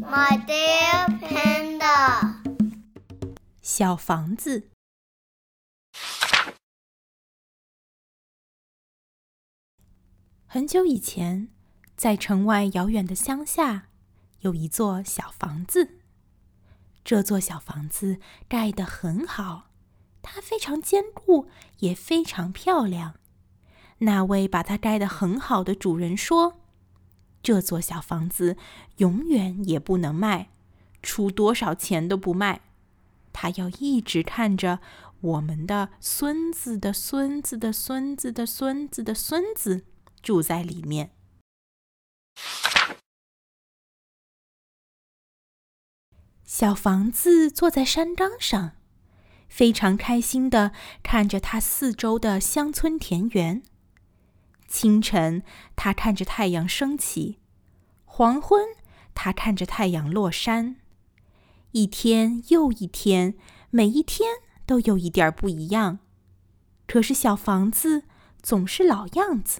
My dear panda。 小房子。很久以前，在城外遥远的乡下，有一座小房子。这座小房子盖得很好，它非常坚固，也非常漂亮。那位把它盖得很好的主人说，这座小房子永远也不能卖，出多少钱都不卖。他要一直看着我们的孙子的孙子的孙子的孙子的孙子住在里面。小房子坐在山岗上，非常开心地看着它四周的乡村田园。清晨，他看着太阳升起；黄昏，他看着太阳落山。一天又一天，每一天都有一点不一样。可是小房子总是老样子。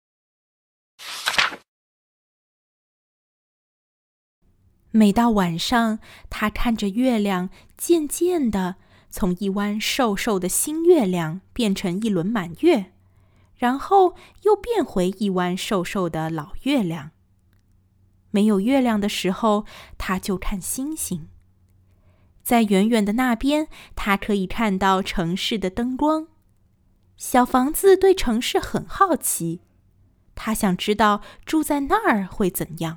每到晚上，他看着月亮渐渐地从一弯瘦瘦的新月亮变成一轮满月，然后又变回一弯瘦瘦的老月亮。没有月亮的时候，他就看星星。在远远的那边，他可以看到城市的灯光。小房子对城市很好奇，他想知道住在那儿会怎样。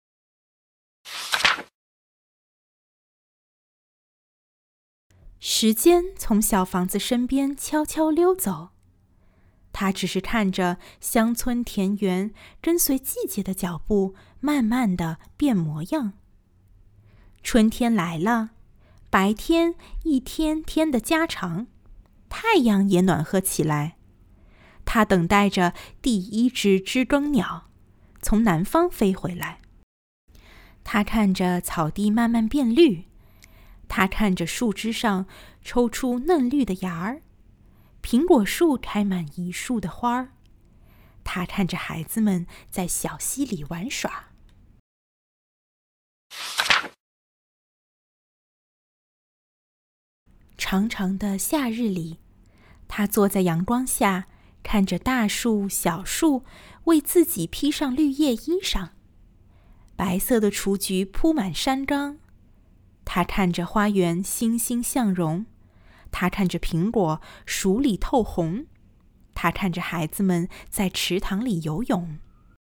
时间从小房子身边悄悄溜走，他只是看着乡村田园跟随季节的脚步慢慢地变模样。春天来了，白天一天天的加长，太阳也暖和起来。他等待着第一只知更鸟从南方飞回来。他看着草地慢慢变绿，他看着树枝上抽出嫩绿的芽儿，苹果树开满一树的花儿。他看着孩子们在小溪里玩耍。长长的夏日里，他坐在阳光下，看着大树小树为自己披上绿叶衣裳。白色的雏菊铺满山岗，他看着花园欣欣向荣，他看着苹果熟里透红，他看着孩子们在池塘里游泳。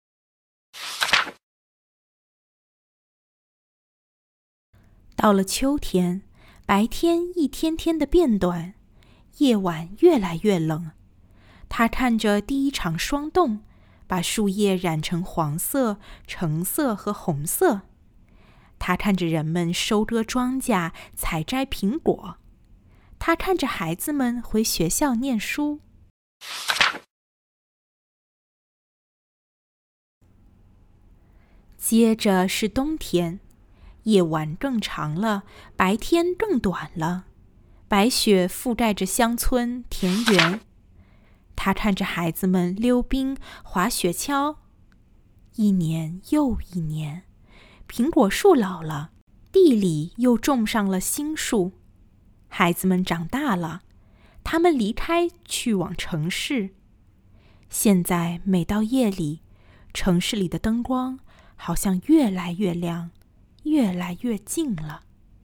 到了秋天，白天一天天的变短，夜晚越来越冷。他看着第一场霜冻，把树叶染成黄色、橙色和红色。他看着人们收割庄稼、采摘苹果。他看着孩子们回学校念书。接着是冬天，夜晚更长了，白天更短了。白雪覆盖着乡村田园。他看着孩子们溜冰、滑雪橇。一年又一年，苹果树老了，地里又种上了新树。孩子们长大了，他们离开去往城市。现在每到夜里，城市里的灯光好像越来越亮，越来越近了。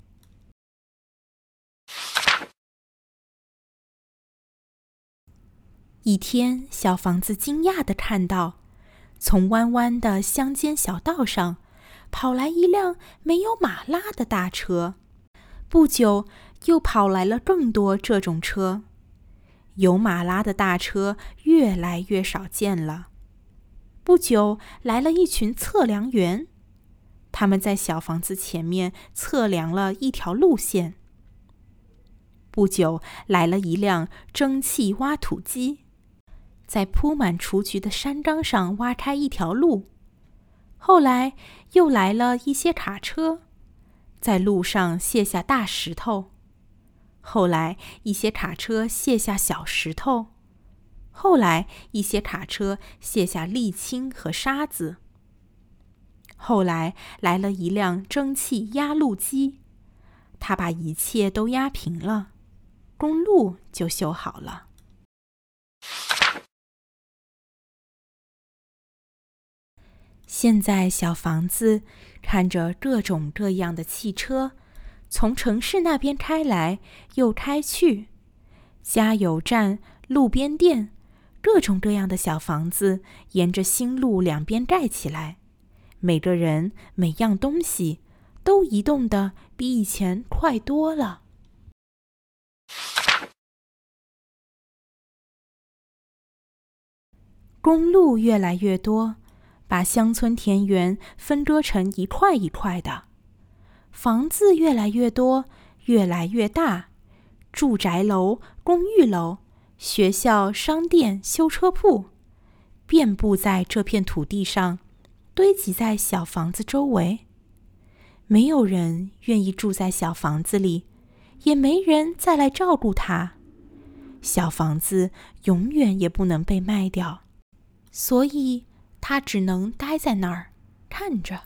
一天，小房子惊讶地看到，从弯弯的乡间小道上跑来一辆没有马拉的大车。不久，又跑来了更多这种车。有马拉的大车越来越少见了。不久，来了一群测量员，他们在小房子前面测量了一条路线。不久，来了一辆蒸汽挖土机，在铺满雏菊的山岗上挖开一条路。后来又来了一些卡车，在路上卸下大石头。后来一些卡车卸下小石头。后来一些卡车卸下沥青和沙子。 后来来了一辆蒸汽压路机，他把一切都压平了，公路就修好了。现在小房子看着各种各样的汽车从城市那边开来又开去，加油站、路边店，各种各样的小房子沿着新路两边盖起来，每个人每样东西都移动得比以前快多了。公路越来越多，把乡村田园分割成一块一块的，房子越来越多，越来越大，住宅楼、公寓楼、学校、商店、修车铺，遍布在这片土地上，堆积在小房子周围。没有人愿意住在小房子里，也没人再来照顾它。小房子永远也不能被卖掉，所以它只能待在那儿，看着。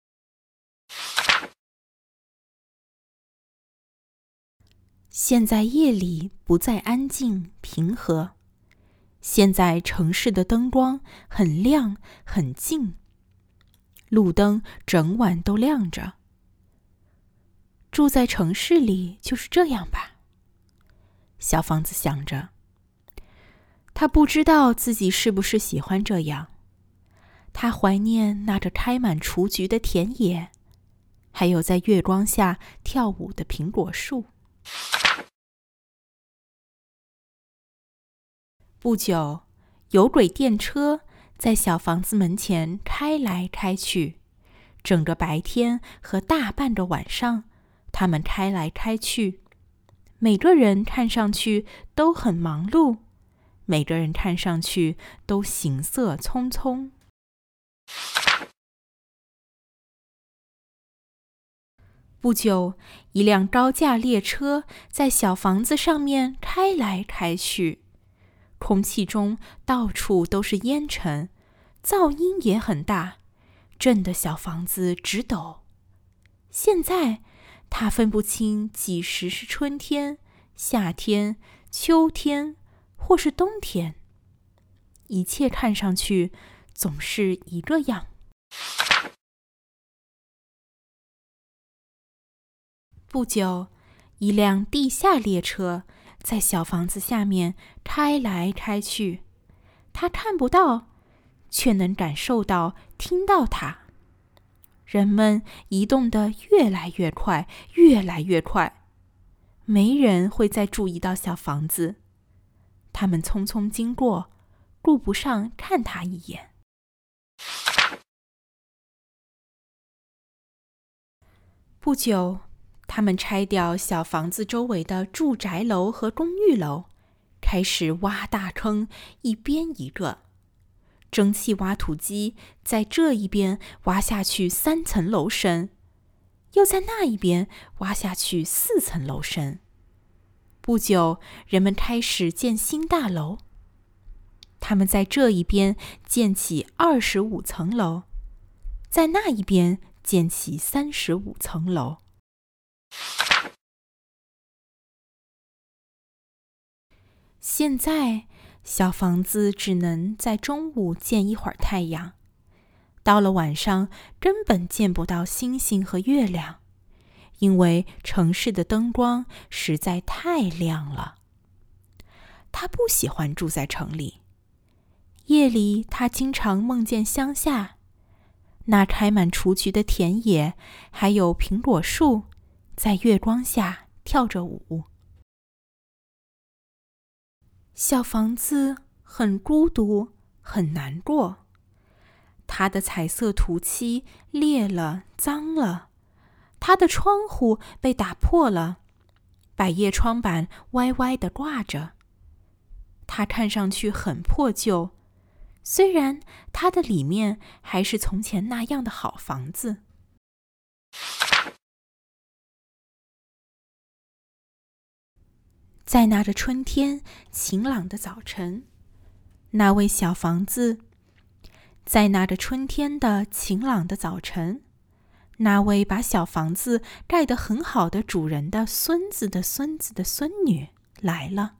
现在夜里不再安静平和，现在城市的灯光很亮很近，路灯整晚都亮着。住在城市里就是这样吧，小房子想着。他不知道自己是不是喜欢这样，他怀念那个开满雏菊的田野，还有在月光下跳舞的苹果树。不久，有轨电车在小房子门前开来开去，整个白天和大半个晚上，他们开来开去，每个人看上去都很忙碌，每个人看上去都行色匆匆。不久，一辆高架列车在小房子上面开来开去，空气中到处都是烟尘，噪音也很大，震得小房子直抖。现在他分不清几时是春天、夏天、秋天或是冬天，一切看上去总是一个样。不久，一辆地下列车在小房子下面开来开去，他看不到，却能感受到、听到它。人们移动得越来越快，越来越快，没人会再注意到小房子。他们匆匆经过，顾不上看他一眼。不久，他们拆掉小房子周围的住宅楼和公寓楼，开始挖大坑，一边一个。蒸汽挖土机在这一边挖下去3层楼深，又在那一边挖下去4层楼深。不久，人们开始建新大楼。他们在这一边建起25层楼，在那一边建起35层楼。现在，小房子只能在中午见一会儿太阳，到了晚上根本见不到星星和月亮，因为城市的灯光实在太亮了。他不喜欢住在城里，夜里他经常梦见乡下，那开满雏菊的田野，还有苹果树，在月光下跳着舞。小房子很孤独，很难过。它的彩色涂漆裂了，脏了。它的窗户被打破了，百叶窗板歪歪地挂着。它看上去很破旧，虽然它的里面还是从前那样的好房子。在那个春天晴朗的早晨，那位小房子在那个春天的晴朗的早晨，那位把小房子盖得很好的主人的孙子的孙子的孙女来了。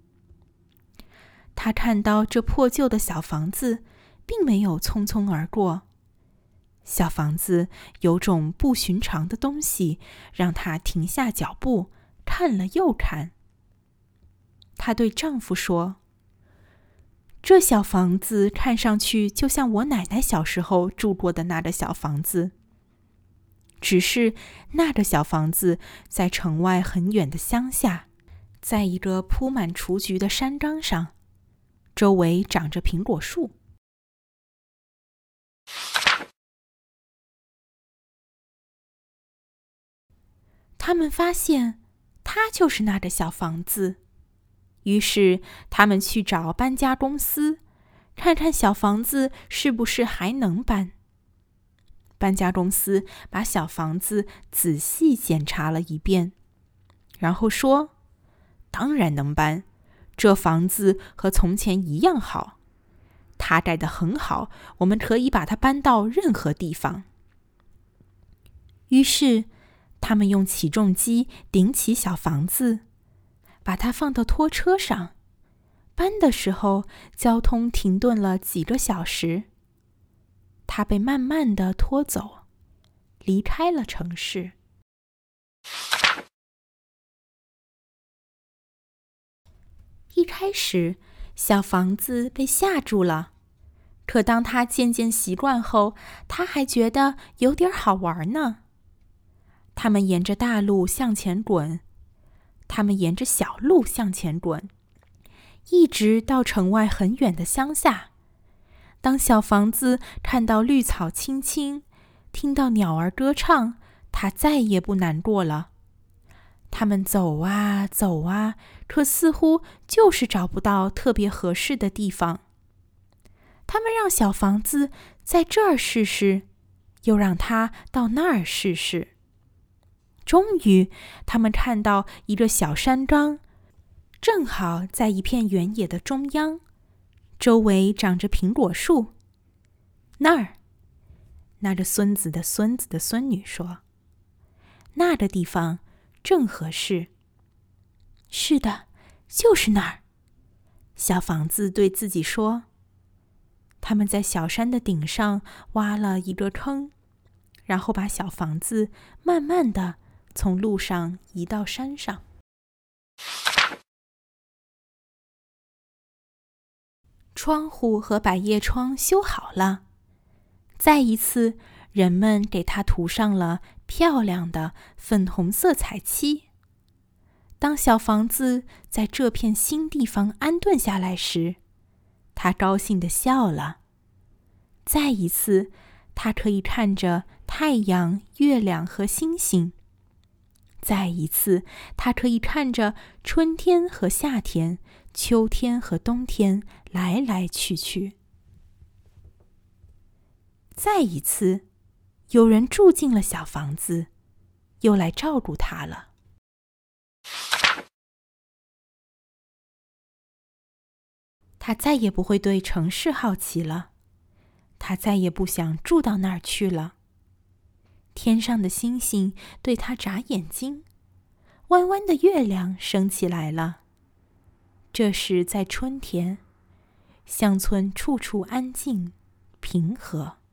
他看到这破旧的小房子，并没有匆匆而过。小房子有种不寻常的东西，让他停下脚步，看了又看。她对丈夫说：“这小房子看上去就像我奶奶小时候住过的那个小房子，只是那个小房子在城外很远的乡下，在一个铺满雏菊的山岗上，周围长着苹果树。”他们发现它就是那个小房子，于是他们去找搬家公司，看看小房子是不是还能搬。搬家公司把小房子仔细检查了一遍，然后说：“当然能搬，这房子和从前一样好，它盖得很好，我们可以把它搬到任何地方。”于是他们用起重机顶起小房子，把它放到拖车上。搬的时候，交通停顿了几个小时。它被慢慢地拖走，离开了城市。一开始，小房子被吓住了，可当他渐渐习惯后，他还觉得有点好玩呢。他们沿着大路向前滚，他们沿着小路向前滚，一直到城外很远的乡下。当小房子看到绿草青青，听到鸟儿歌唱，它再也不难过了。他们走啊走啊，可似乎就是找不到特别合适的地方。他们让小房子在这儿试试，又让它到那儿试试。终于，他们看到一个小山岗，正好在一片原野的中央，周围长着苹果树。那儿，那个孙子的孙子的孙女说：“那个地方正合适。”是的，就是那儿。小房子对自己说。他们在小山的顶上挖了一个坑，然后把小房子慢慢地从路上移到山上。窗户和百叶窗修好了，再一次，人们给它涂上了漂亮的粉红色彩漆。当小房子在这片新地方安顿下来时，他高兴地笑了。再一次，他可以看着太阳、月亮和星星。再一次，他可以看着春天和夏天、秋天和冬天来来去去。再一次，有人住进了小房子，又来照顾他了。他再也不会对城市好奇了，他再也不想住到那儿去了。天上的星星对他眨眼睛，弯弯的月亮升起来了。这是在春天，乡村处处安静平和。